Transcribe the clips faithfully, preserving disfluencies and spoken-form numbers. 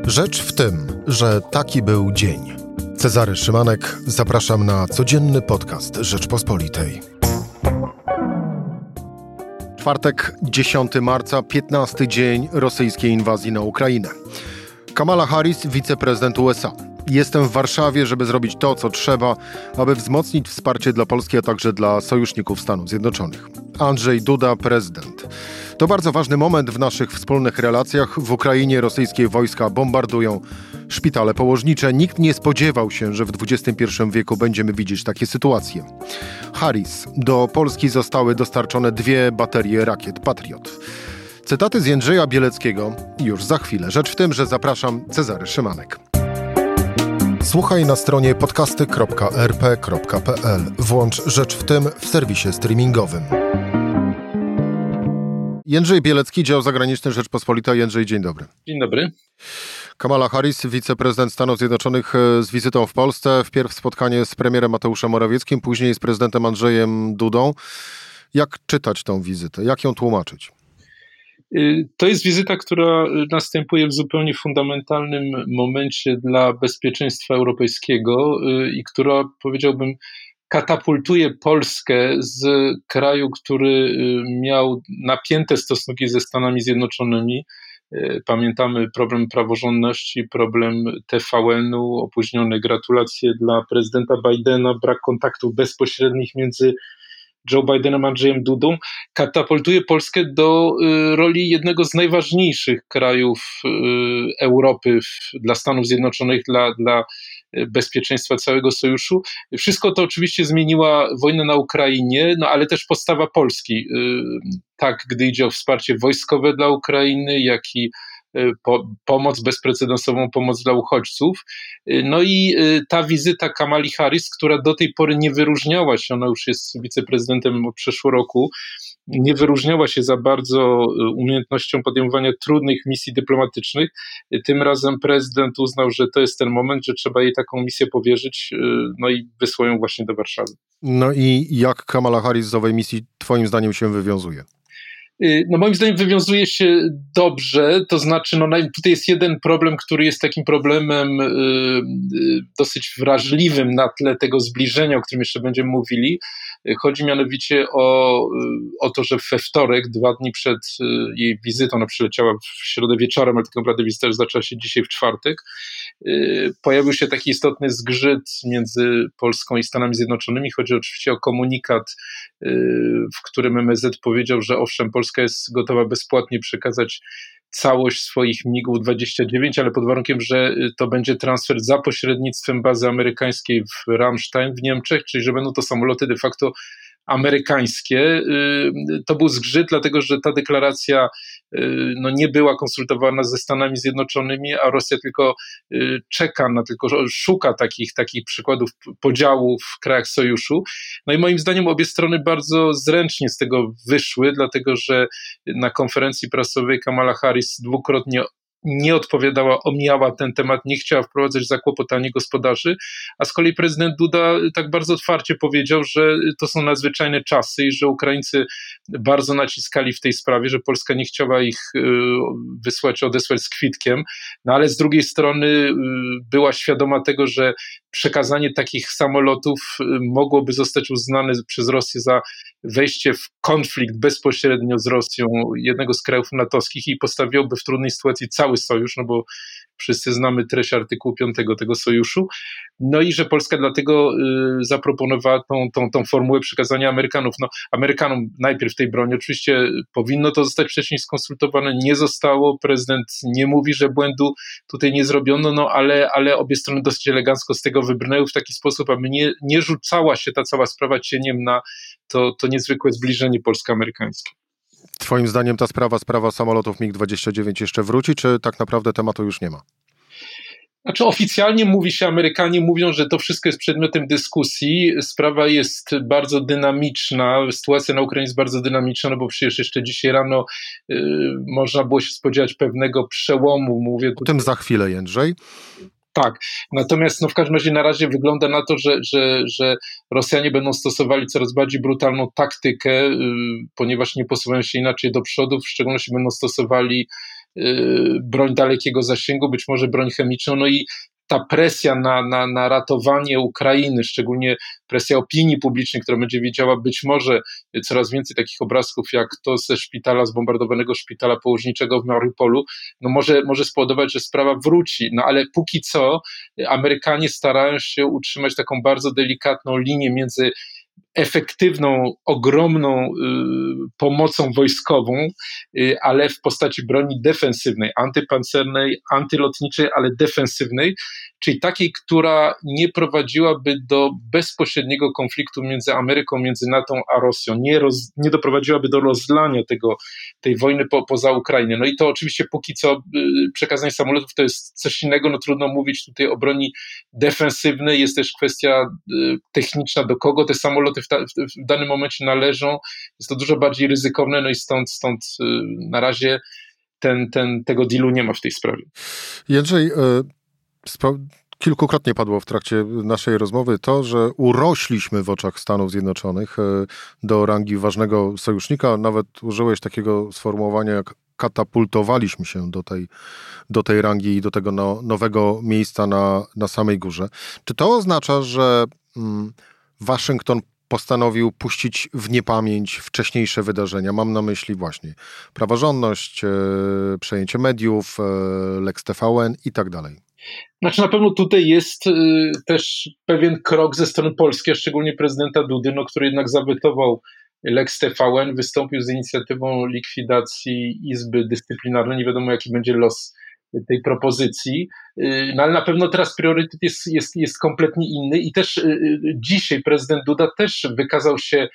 Rzecz w tym, że taki był dzień. Cezary Szymanek, zapraszam na codzienny podcast Rzeczpospolitej. Czwartek, dziesiątego marca, piętnasty dzień rosyjskiej inwazji na Ukrainę. Kamala Harris, wiceprezydent U S A. Jestem w Warszawie, żeby zrobić to, co trzeba, aby wzmocnić wsparcie dla Polski, a także dla sojuszników Stanów Zjednoczonych. Andrzej Duda, prezydent. To bardzo ważny moment w naszych wspólnych relacjach. W Ukrainie rosyjskie wojska bombardują szpitale położnicze. Nikt nie spodziewał się, że w dwudziestym pierwszym wieku będziemy widzieć takie sytuacje. Harris. Do Polski zostały dostarczone dwie baterie rakiet Patriot. Cytaty z Jędrzeja Bieleckiego już za chwilę. Rzecz w tym, że zapraszam, Cezary Szymanek. Słuchaj na stronie podcasty kropka er pe kropka pe el. Włącz Rzecz w tym w serwisie streamingowym. Jędrzej Bielecki, dział zagraniczny Rzeczpospolita. Jędrzej, dzień dobry. Dzień dobry. Kamala Harris, wiceprezydent Stanów Zjednoczonych z wizytą w Polsce. Wpierw spotkanie z premierem Mateuszem Morawieckim, później z prezydentem Andrzejem Dudą. Jak czytać tą wizytę? Jak ją tłumaczyć? To jest wizyta, która następuje w zupełnie fundamentalnym momencie dla bezpieczeństwa europejskiego i która, powiedziałbym, katapultuje Polskę z kraju, który miał napięte stosunki ze Stanami Zjednoczonymi. Pamiętamy problem praworządności, problem T V N-u, opóźnione gratulacje dla prezydenta Bidena, brak kontaktów bezpośrednich między Joe Bidenem a Andrzejem Dudą, katapultuje Polskę do y, roli jednego z najważniejszych krajów y, Europy w, dla Stanów Zjednoczonych, dla, dla bezpieczeństwa całego sojuszu. Wszystko to oczywiście zmieniła wojna na Ukrainie, no ale też postawa Polski, y, tak gdy idzie o wsparcie wojskowe dla Ukrainy, jak i Po, pomoc, bezprecedensową pomoc dla uchodźców. No i ta wizyta Kamali Harris, która do tej pory nie wyróżniała się, ona już jest wiceprezydentem od przeszłego roku, nie wyróżniała się za bardzo umiejętnością podejmowania trudnych misji dyplomatycznych. Tym razem prezydent uznał, że to jest ten moment, że trzeba jej taką misję powierzyć, no i wysłał ją właśnie do Warszawy. No i jak Kamala Harris z owej misji twoim zdaniem się wywiązuje? No moim zdaniem wywiązuje się dobrze, to znaczy no tutaj jest jeden problem, który jest takim problemem y, dosyć wrażliwym na tle tego zbliżenia, o którym jeszcze będziemy mówili. Chodzi mianowicie o, o to, że we wtorek, dwa dni przed jej wizytą, ona przyleciała w środę wieczorem, ale tak naprawdę wizyta już zaczęła się dzisiaj w czwartek, y, pojawił się taki istotny zgrzyt między Polską i Stanami Zjednoczonymi. Chodzi oczywiście o komunikat, y, w którym M S Z powiedział, że owszem, Polska jest gotowa bezpłatnie przekazać całość swoich migów dwadzieścia dziewięć, ale pod warunkiem, że to będzie transfer za pośrednictwem bazy amerykańskiej w Ramstein w Niemczech, czyli że będą to samoloty de facto amerykańskie. To był zgrzyt, dlatego że ta deklaracja no, nie była konsultowana ze Stanami Zjednoczonymi, a Rosja tylko czeka na, tylko szuka takich, takich przykładów podziału w krajach sojuszu. No i moim zdaniem obie strony bardzo zręcznie z tego wyszły, dlatego że na konferencji prasowej Kamala Harris dwukrotnie nie odpowiadała, omijała ten temat, nie chciała wprowadzać zakłopotania gospodarzy, a z kolei prezydent Duda tak bardzo otwarcie powiedział, że to są nadzwyczajne czasy i że Ukraińcy bardzo naciskali w tej sprawie, że Polska nie chciała ich wysłać, odesłać z kwitkiem, no ale z drugiej strony była świadoma tego, że przekazanie takich samolotów mogłoby zostać uznane przez Rosję za wejście w konflikt bezpośrednio z Rosją jednego z krajów natowskich i postawiłoby w trudnej sytuacji cały sojusz, no bo wszyscy znamy treść artykułu piątego tego sojuszu, no i że Polska dlatego y, zaproponowała tą, tą, tą formułę przekazania Amerykanów. No, Amerykanom najpierw tej broni, oczywiście powinno to zostać wcześniej skonsultowane, nie zostało, prezydent nie mówi, że błędu tutaj nie zrobiono, no ale, ale obie strony dosyć elegancko z tego wybrnęły w taki sposób, aby nie, nie rzucała się ta cała sprawa cieniem na to, to niezwykłe zbliżenie polsko-amerykańskie. Twoim zdaniem ta sprawa, sprawa samolotów mig dwadzieścia dziewięć jeszcze wróci, czy tak naprawdę tematu już nie ma? Znaczy oficjalnie mówi się, Amerykanie mówią, że to wszystko jest przedmiotem dyskusji, sprawa jest bardzo dynamiczna, sytuacja na Ukrainie jest bardzo dynamiczna, no bo przecież jeszcze dzisiaj rano y, można było się spodziewać pewnego przełomu, mówię tutaj. O tym za chwilę, Jędrzej. Tak, natomiast no w każdym razie na razie wygląda na to, że, że, że Rosjanie będą stosowali coraz bardziej brutalną taktykę, yy, ponieważ nie posuwają się inaczej do przodu, w szczególności będą stosowali broń dalekiego zasięgu, być może broń chemiczną, no i ta presja na, na, na ratowanie Ukrainy, szczególnie presja opinii publicznej, która będzie wiedziała być może coraz więcej takich obrazków, jak to ze szpitala, zbombardowanego szpitala położniczego w Mariupolu, no może, może spowodować, że sprawa wróci. No ale póki co Amerykanie starają się utrzymać taką bardzo delikatną linię między efektywną, ogromną y, pomocą wojskową, y, ale w postaci broni defensywnej, antypancernej, antylotniczej, ale defensywnej, czyli takiej, która nie prowadziłaby do bezpośredniego konfliktu między Ameryką, między NATO a Rosją, nie, roz, nie doprowadziłaby do rozlania tego, tej wojny po, poza Ukrainą. No i to oczywiście póki co y, przekazanie samolotów to jest coś innego, no trudno mówić tutaj o broni defensywnej, jest też kwestia y, techniczna, do kogo te samoloty w, ta, w, w danym momencie należą, jest to dużo bardziej ryzykowne, no i stąd, stąd y, na razie ten, ten, tego dealu nie ma w tej sprawie. Jędrzej, y, spra- kilkukrotnie padło w trakcie naszej rozmowy to, że urośliśmy w oczach Stanów Zjednoczonych y, do rangi ważnego sojusznika, nawet użyłeś takiego sformułowania jak katapultowaliśmy się do tej, do tej rangi i do tego no, nowego miejsca na, na samej górze. Czy to oznacza, że mm, Waszyngton postanowił puścić w niepamięć wcześniejsze wydarzenia? Mam na myśli właśnie praworządność, e, przejęcie mediów, e, Lex T V N i tak dalej. Znaczy na pewno tutaj jest y, też pewien krok ze strony Polski, a szczególnie prezydenta Dudy, no, który jednak zawetował Lex T V N, wystąpił z inicjatywą likwidacji Izby Dyscyplinarnej. Nie wiadomo, jaki będzie los tej propozycji, no ale na pewno teraz priorytet jest, jest, jest kompletnie inny i też dzisiaj prezydent Duda też wykazał się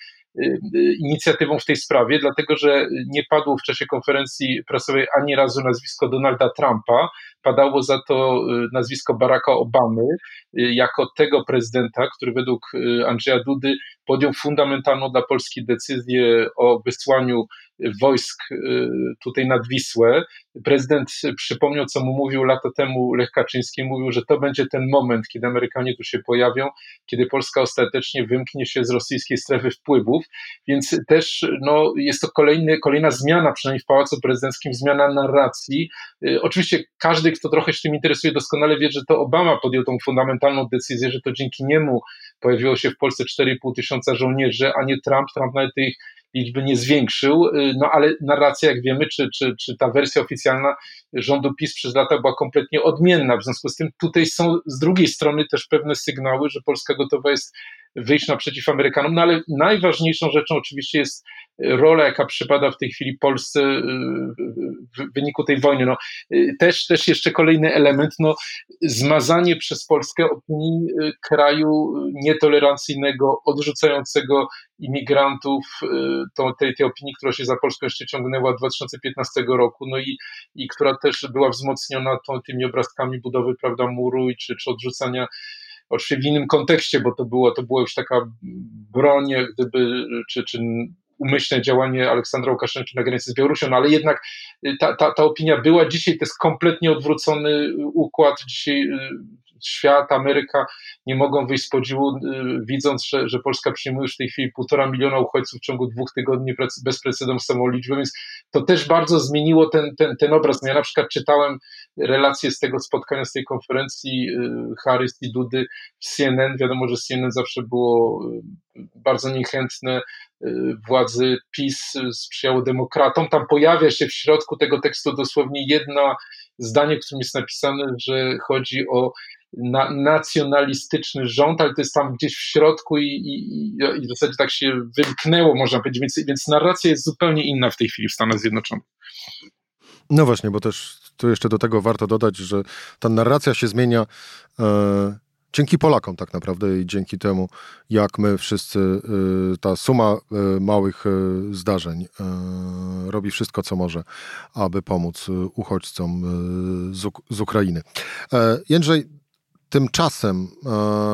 inicjatywą w tej sprawie, dlatego że nie padło w czasie konferencji prasowej ani razu nazwisko Donalda Trumpa, padało za to nazwisko Baracka Obamy jako tego prezydenta, który według Andrzeja Dudy podjął fundamentalną dla Polski decyzję o wysłaniu wojsk tutaj nad Wisłę. Prezydent przypomniał, co mu mówił lata temu Lech Kaczyński, mówił, że to będzie ten moment, kiedy Amerykanie tu się pojawią, kiedy Polska ostatecznie wymknie się z rosyjskiej strefy wpływów, więc też no, jest to kolejny, kolejna zmiana, przynajmniej w Pałacu Prezydenckim, zmiana narracji. Oczywiście każdy, kto trochę się tym interesuje, doskonale wie, że to Obama podjął tą fundamentalną decyzję, że to dzięki niemu pojawiło się w Polsce cztery i pół tysiąca żołnierzy, a nie Trump. Trump nawet tej liczby nie zwiększył, no ale narracja, jak wiemy, czy, czy, czy ta wersja oficjalna rządu PiS przez lata była kompletnie odmienna. W związku z tym tutaj są z drugiej strony też pewne sygnały, że Polska gotowa jest wyjść naprzeciw Amerykanom, no ale najważniejszą rzeczą oczywiście jest rola, jaka przypada w tej chwili Polsce w wyniku tej wojny. No, też, też jeszcze kolejny element, no, zmazanie przez Polskę opinii kraju nietolerancyjnego, odrzucającego imigrantów, to, tej, tej opinii, która się za Polską jeszcze ciągnęła od dwa tysiące piętnastego roku, no i, i która też była wzmocniona tą, tymi obrazkami budowy, prawda, muru i czy, czy odrzucania, oczywiście w innym kontekście, bo to było, to była już taka broń, gdyby, czy, czy umyślne działanie Aleksandra Łukaszenki na granicy z Białorusią, no ale jednak ta, ta, ta opinia była. Dzisiaj to jest kompletnie odwrócony układ. Dzisiaj świat, Ameryka nie mogą wyjść z podziwu, widząc, że, że Polska przyjmuje już w tej chwili półtora miliona uchodźców w ciągu dwóch tygodni bezprecedensową liczbę, więc to też bardzo zmieniło ten, ten, ten obraz. Ja na przykład czytałem relacje z tego spotkania, z tej konferencji Harris i Dudy w C N N. Wiadomo, że C N N zawsze było bardzo niechętne władzy PiS, sprzyjało demokratom. Tam pojawia się w środku tego tekstu dosłownie jedno zdanie, w którym jest napisane, że chodzi o na, nacjonalistyczny rząd, ale to jest tam gdzieś w środku i, i, i w zasadzie tak się wymknęło, można powiedzieć, więc, więc narracja jest zupełnie inna w tej chwili w Stanach Zjednoczonych. No właśnie, bo też tu jeszcze do tego warto dodać, że ta narracja się zmienia e, dzięki Polakom tak naprawdę i dzięki temu, jak my wszyscy, e, ta suma e, małych e, zdarzeń e, robi wszystko, co może, aby pomóc uchodźcom e, z, Uk- z Ukrainy. E, Jędrzej, tymczasem e,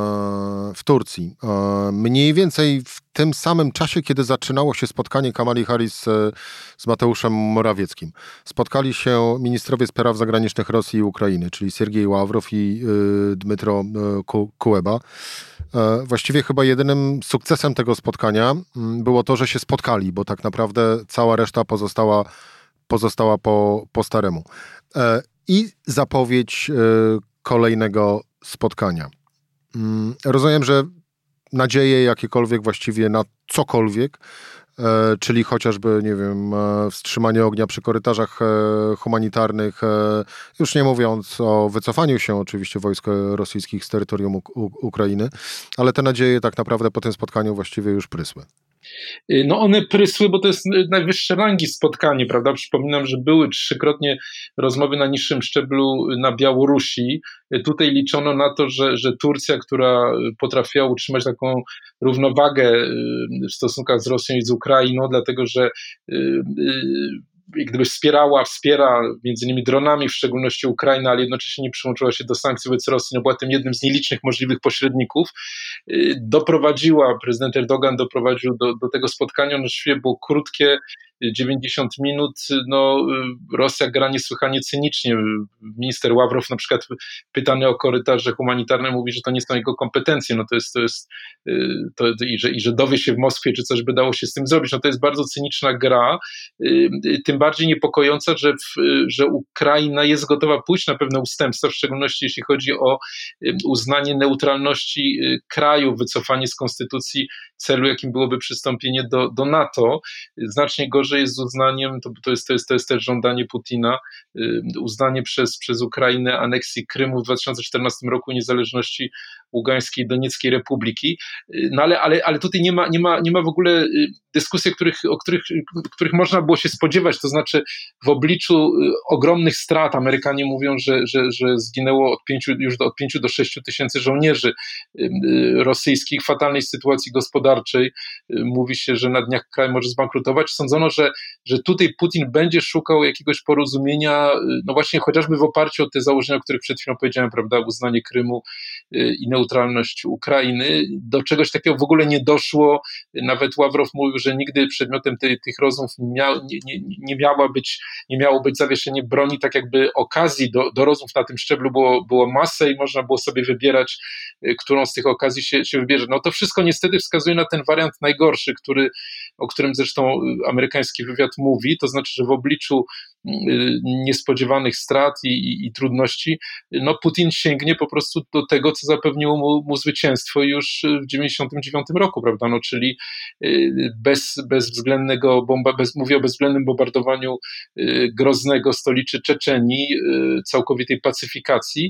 w Turcji, e, mniej więcej w tym samym czasie, kiedy zaczynało się spotkanie Kamali Harris e, z Mateuszem Morawieckim, spotkali się ministrowie spraw zagranicznych Rosji i Ukrainy, czyli Siergiej Ławrow i e, Dmytro e, Ku- Kuleba. E, właściwie chyba jedynym sukcesem tego spotkania m, było to, że się spotkali, bo tak naprawdę cała reszta pozostała pozostała po, po staremu. I zapowiedź kolejnego spotkania. Rozumiem, że nadzieje jakiekolwiek właściwie na cokolwiek, czyli chociażby, nie wiem, wstrzymanie ognia przy korytarzach humanitarnych, już nie mówiąc o wycofaniu się oczywiście wojsk rosyjskich z terytorium U- Ukrainy, ale te nadzieje tak naprawdę po tym spotkaniu właściwie już prysły. No one prysły, bo to jest najwyższe rangi spotkanie, prawda? Przypominam, że były trzykrotnie rozmowy na niższym szczeblu na Białorusi. Tutaj liczono na to, że, że Turcja, która potrafiła utrzymać taką równowagę w stosunkach z Rosją i z Ukrainą, dlatego że jak gdyby wspierała, wspiera między innymi dronami, w szczególności Ukrainę, ale jednocześnie nie przyłączyła się do sankcji wobec Rosji, no była tym jednym z nielicznych możliwych pośredników, doprowadziła, prezydent Erdogan doprowadził do, do tego spotkania, no właściwie było krótkie, dziewięćdziesiąt minut, no Rosja gra niesłychanie cynicznie. Minister Ławrow na przykład pytany o korytarze humanitarne mówi, że to nie są jego kompetencje, no to jest, to jest to, i, że, i że dowie się w Moskwie, czy coś by dało się z tym zrobić. No to jest bardzo cyniczna gra, tym bardziej niepokojąca, że, w, że Ukraina jest gotowa pójść na pewne ustępstwa, w szczególności jeśli chodzi o uznanie neutralności kraju, wycofanie z konstytucji celu, jakim byłoby przystąpienie do, do NATO. Znacznie gorzej jest z uznaniem, to, to, jest, to, jest, to jest też żądanie Putina, uznanie przez, przez Ukrainę aneksji Krymu w dwa tysiące czternastym roku, niezależności Ługańskiej i Donieckiej Republiki. No ale, ale, ale tutaj nie ma, nie, ma, nie ma w ogóle dyskusji, których, o których, których można było się spodziewać, to znaczy w obliczu ogromnych strat, Amerykanie mówią, że, że, że zginęło od pięciu, już do, od pięciu do sześciu tysięcy żołnierzy rosyjskich, fatalnej sytuacji gospodarczej, mówi się, że na dniach kraj może zbankrutować. Sądzono, że, że tutaj Putin będzie szukał jakiegoś porozumienia, no właśnie chociażby w oparciu o te założenia, o których przed chwilą powiedziałem, prawda, uznanie Krymu i neutralność Ukrainy. Do czegoś takiego w ogóle nie doszło. Nawet Ławrow mówił, że nigdy przedmiotem tej, tych rozmów mia, nie, nie, nie, miała być, nie miało być zawieszenie broni, tak jakby okazji do, do rozmów na tym szczeblu było, było masę i można było sobie wybierać, którą z tych okazji się, się wybierze. No to wszystko niestety wskazuje na ten wariant najgorszy, który, o którym zresztą amerykański wywiad mówi, to znaczy, że w obliczu niespodziewanych strat i, i, i trudności, no Putin sięgnie po prostu do tego, co zapewniło mu, mu zwycięstwo już w dziewięćdziesiątym dziewiątym roku, prawda, no czyli bez, bezwzględnego bomba, bez, mówię o bezwzględnym bombardowaniu Groznego, stolicy Czeczenii, całkowitej pacyfikacji,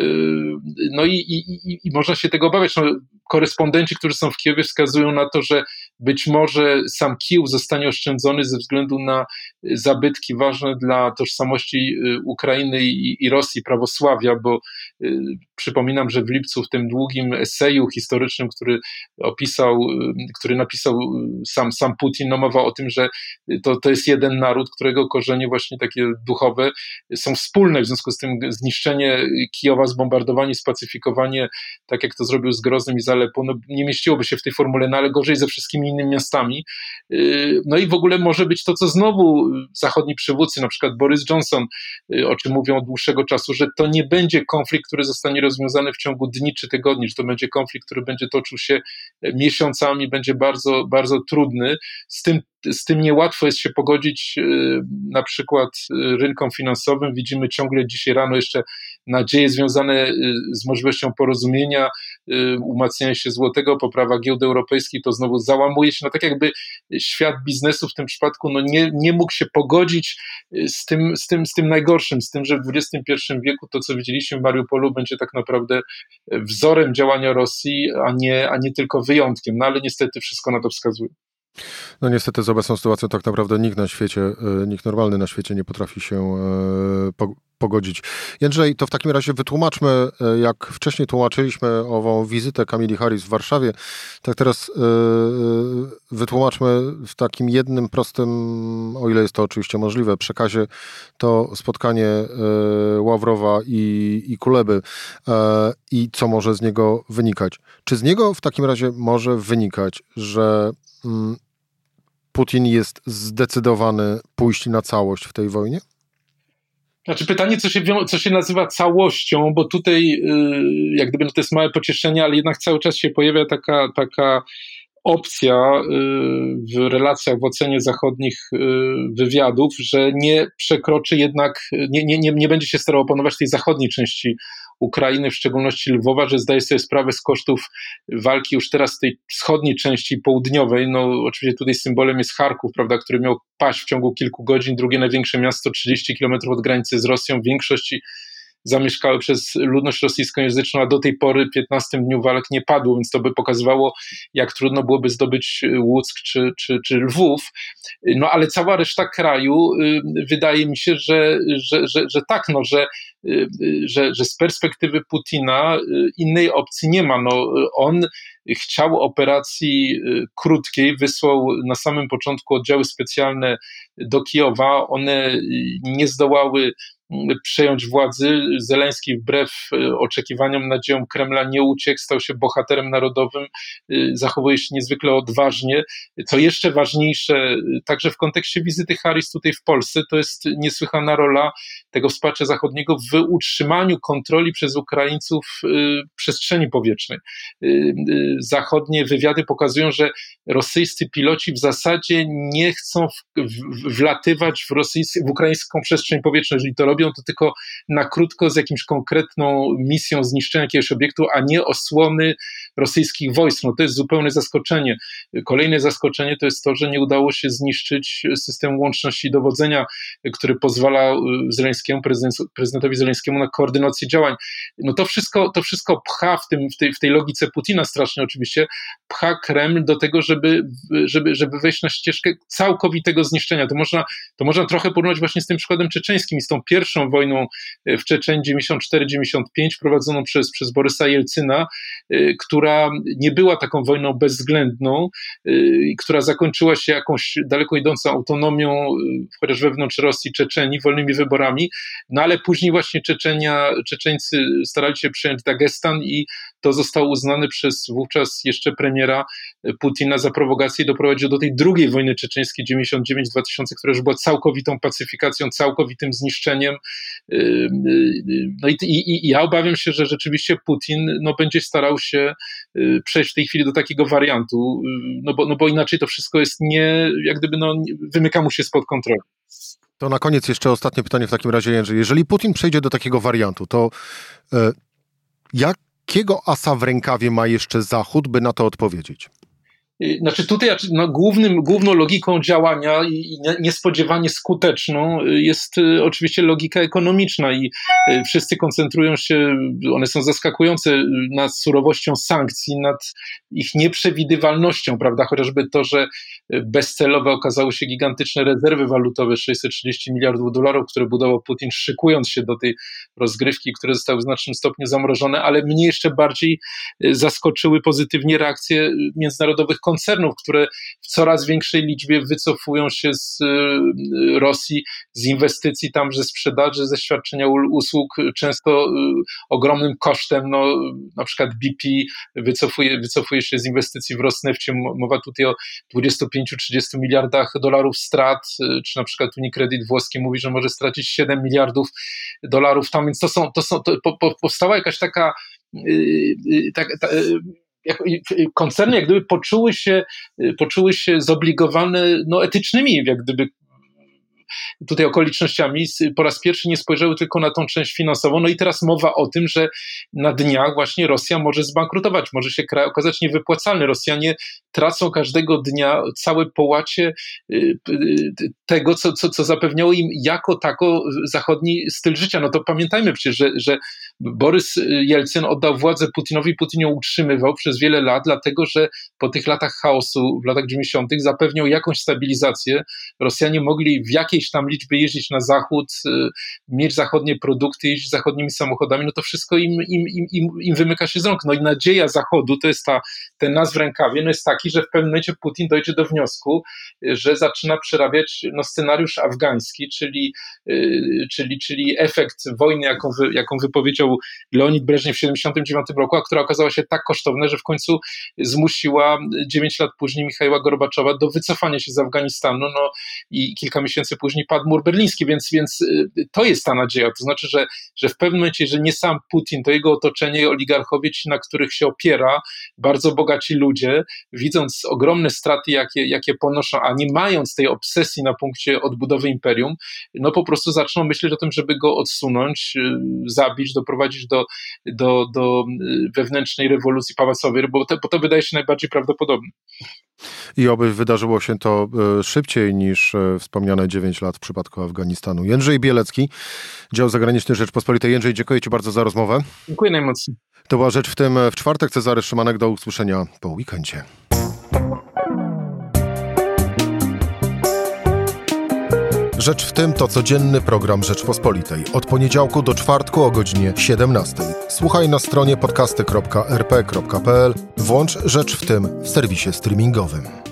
no i, i, i, i można się tego obawiać. No, korespondenci, którzy są w Kijowie, wskazują na to, że być może sam Kijów zostanie oszczędzony ze względu na zabytki ważne dla tożsamości Ukrainy i, i Rosji, prawosławia, bo y, przypominam, że w lipcu w tym długim eseju historycznym, który opisał, który napisał sam, sam Putin, no mowa o tym, że to, to jest jeden naród, którego korzenie właśnie takie duchowe są wspólne, w związku z tym zniszczenie Kijowa, zbombardowanie, spacyfikowanie, tak jak to zrobił z Groznem i z Aleppo, no nie mieściłoby się w tej formule, no ale gorzej ze wszystkimi innymi miastami. No i w ogóle może być to, co znowu zachodni przywódcy, na przykład Boris Johnson, o czym mówią od dłuższego czasu, że to nie będzie konflikt, który zostanie rozwiązany w ciągu dni czy tygodni, że to będzie konflikt, który będzie toczył się miesiącami, będzie bardzo, bardzo trudny. Z tym Z tym niełatwo jest się pogodzić na przykład rynkom finansowym. Widzimy ciągle dzisiaj rano jeszcze nadzieje związane z możliwością porozumienia, umacniania się złotego, poprawa giełdy europejskiej, to znowu załamuje się. No tak jakby świat biznesu w tym przypadku no nie, nie mógł się pogodzić z tym, z, tym, z tym najgorszym, z tym, że w dwudziestym pierwszym wieku to, co widzieliśmy w Mariupolu, będzie tak naprawdę wzorem działania Rosji, a nie, a nie tylko wyjątkiem. No ale niestety wszystko na to wskazuje. No niestety z obecną sytuacją tak naprawdę nikt na świecie, nikt normalny na świecie nie potrafi się pogodzić. Jędrzej, to w takim razie wytłumaczmy, jak wcześniej tłumaczyliśmy ową wizytę Kamili Harris w Warszawie, tak teraz wytłumaczmy w takim jednym prostym, o ile jest to oczywiście możliwe, przekazie to spotkanie Ławrowa i, i Kuleby i co może z niego wynikać. Czy z niego w takim razie może wynikać, że Putin jest zdecydowany pójść na całość w tej wojnie? Znaczy pytanie, co się, co się nazywa całością, bo tutaj jak gdyby no to jest małe pocieszenie, ale jednak cały czas się pojawia taka, taka opcja w relacjach, w ocenie zachodnich wywiadów, że nie przekroczy jednak, nie, nie, nie, nie będzie się starał opanować tej zachodniej części Ukrainy, w szczególności Lwowa, że zdaje sobie sprawę z kosztów walki już teraz w tej wschodniej części południowej. No oczywiście tutaj symbolem jest Charków, prawda, który miał paść w ciągu kilku godzin, drugie największe miasto trzydzieści kilometrów od granicy z Rosją, w większości zamieszkałe przez ludność rosyjskojęzyczną, a do tej pory w piętnastym dniu walk nie padło, więc to by pokazywało, jak trudno byłoby zdobyć Łuck czy, czy, czy Lwów. No ale cała reszta kraju, wydaje mi się, że, że, że, że tak, no, że, że, że z perspektywy Putina innej opcji nie ma. No, on chciał operacji krótkiej, wysłał na samym początku oddziały specjalne do Kijowa, one nie zdołały przejąć władzy. Zełenski wbrew oczekiwaniom, nadziejom Kremla nie uciekł, stał się bohaterem narodowym, zachowuje się niezwykle odważnie. Co jeszcze ważniejsze, także w kontekście wizyty Harris tutaj w Polsce, to jest niesłychana rola tego wsparcia zachodniego w utrzymaniu kontroli przez Ukraińców przestrzeni powietrznej. Zachodnie wywiady pokazują, że rosyjscy piloci w zasadzie nie chcą w, w, wlatywać w, rosyjscy, w ukraińską przestrzeń powietrzną. Jeżeli to robią, to tylko na krótko z jakimś konkretną misją zniszczenia jakiegoś obiektu, a nie osłony rosyjskich wojsk. No to jest zupełne zaskoczenie. Kolejne zaskoczenie to jest to, że nie udało się zniszczyć systemu łączności i dowodzenia, który pozwala Zełenskiemu, prezydentowi Zełenskiemu na koordynację działań. No to wszystko, to wszystko pcha w, tym, w, tej, w tej logice Putina strasznie oczywiście, pcha Kreml do tego, żeby, żeby, żeby wejść na ścieżkę całkowitego zniszczenia. To można, to można trochę porównać właśnie z tym przykładem czeczeńskim i z tą pierwszą wojną w Czeczenii dziewięćdziesiąt cztery dziewięćdziesiąt pięć prowadzoną przez, przez Borysa Jelcyna, która nie była taką wojną bezwzględną, która zakończyła się jakąś daleko idącą autonomią, chociaż wewnątrz Rosji, Czeczenii, wolnymi wyborami, no ale później właśnie Czeczenia, Czeczeńcy starali się przejąć Dagestan i to zostało uznane przez wówczas jeszcze premiera Putina za prowokację i doprowadziło do tej drugiej wojny czeczeńskiej dziewięćdziesiąt dziewięć dwa tysiące, która już była całkowitą pacyfikacją, całkowitym zniszczeniem. No i, i, i ja obawiam się, że rzeczywiście Putin no, będzie starał się przejść w tej chwili do takiego wariantu, no bo, no bo inaczej to wszystko jest nie, jak gdyby no, wymyka mu się spod kontroli. To na koniec jeszcze ostatnie pytanie w takim razie, Jędrzej. Jeżeli Putin przejdzie do takiego wariantu, to e, jakiego asa w rękawie ma jeszcze Zachód, by na to odpowiedzieć? Znaczy tutaj no, głównym, główną logiką działania i niespodziewanie skuteczną jest oczywiście logika ekonomiczna i wszyscy koncentrują się, one są zaskakujące, nad surowością sankcji, nad ich nieprzewidywalnością, prawda, chociażby to, że bezcelowe okazały się gigantyczne rezerwy walutowe, sześćset trzydzieści miliardów dolarów, które budował Putin, szykując się do tej rozgrywki, które zostały w znacznym stopniu zamrożone, ale mnie jeszcze bardziej zaskoczyły pozytywnie reakcje międzynarodowych koncernów, które w coraz większej liczbie wycofują się z Rosji, z inwestycji tam, ze sprzedaży, ze świadczenia usług, często ogromnym kosztem, no, na przykład B P wycofuje, wycofuje się z inwestycji w Rosnefcie, mowa tutaj o dwudziestu pięciu do trzydziestu miliardach dolarów strat, czy na przykład Unicredit włoski mówi, że może stracić siedem miliardów dolarów tam, więc to są, to są, to po, po, powstała jakaś taka, yy, tak, ta, yy, Jak, koncerny jak gdyby poczuły się, poczuły się zobligowane no, etycznymi jak gdyby tutaj okolicznościami, po raz pierwszy nie spojrzały tylko na tą część finansową, no i teraz mowa o tym, że na dniach właśnie Rosja może zbankrutować, może się kraj okazać niewypłacalny. Rosjanie tracą każdego dnia całe połacie tego, co, co, co zapewniało im jako tako zachodni styl życia. No to pamiętajmy przecież, że, że Borys Jelcyn oddał władzę Putinowi, Putin ją utrzymywał przez wiele lat, dlatego że po tych latach chaosu w latach dziewięćdziesiątych zapewniał jakąś stabilizację. Rosjanie mogli w jakiejś tam liczbie jeździć na zachód, mieć zachodnie produkty, jeździć zachodnimi samochodami, no to wszystko im, im, im, im wymyka się z rąk. No i nadzieja Zachodu, to jest ta, ten nas w rękawie, no jest taki, że w pewnym momencie Putin dojdzie do wniosku, że zaczyna przerabiać no, scenariusz afgański, czyli, czyli, czyli efekt wojny, jaką, wy, jaką wypowiedział podjął Leonid Breżniew w siedemdziesiątym dziewiątym roku, a która okazała się tak kosztowna, że w końcu zmusiła dziewięć lat później Michaiła Gorbaczowa do wycofania się z Afganistanu, no i kilka miesięcy później padł mur berliński, więc, więc to jest ta nadzieja, to znaczy, że, że w pewnym momencie, że nie sam Putin, to jego otoczenie i oligarchowie, ci, na których się opiera, bardzo bogaci ludzie, widząc ogromne straty, jakie, jakie ponoszą, a nie mając tej obsesji na punkcie odbudowy imperium, no po prostu zaczną myśleć o tym, żeby go odsunąć, zabić, doprowadzić do, do, do wewnętrznej rewolucji pałacowej, bo to, bo to wydaje się najbardziej prawdopodobne. I oby wydarzyło się to szybciej niż wspomniane dziewięć lat w przypadku Afganistanu. Jędrzej Bielecki, Dział Zagraniczny Rzeczpospolitej. Jędrzej, dziękuję Ci bardzo za rozmowę. Dziękuję najmocniej. To była Rzecz w tym w czwartek. Cezary Szymanek, do usłyszenia po weekendzie. Rzecz w tym to codzienny program Rzeczpospolitej. Od poniedziałku do czwartku o godzinie siedemnastej. Słuchaj na stronie podcasty kropka er pe kropka pe el. Włącz Rzecz w tym w serwisie streamingowym.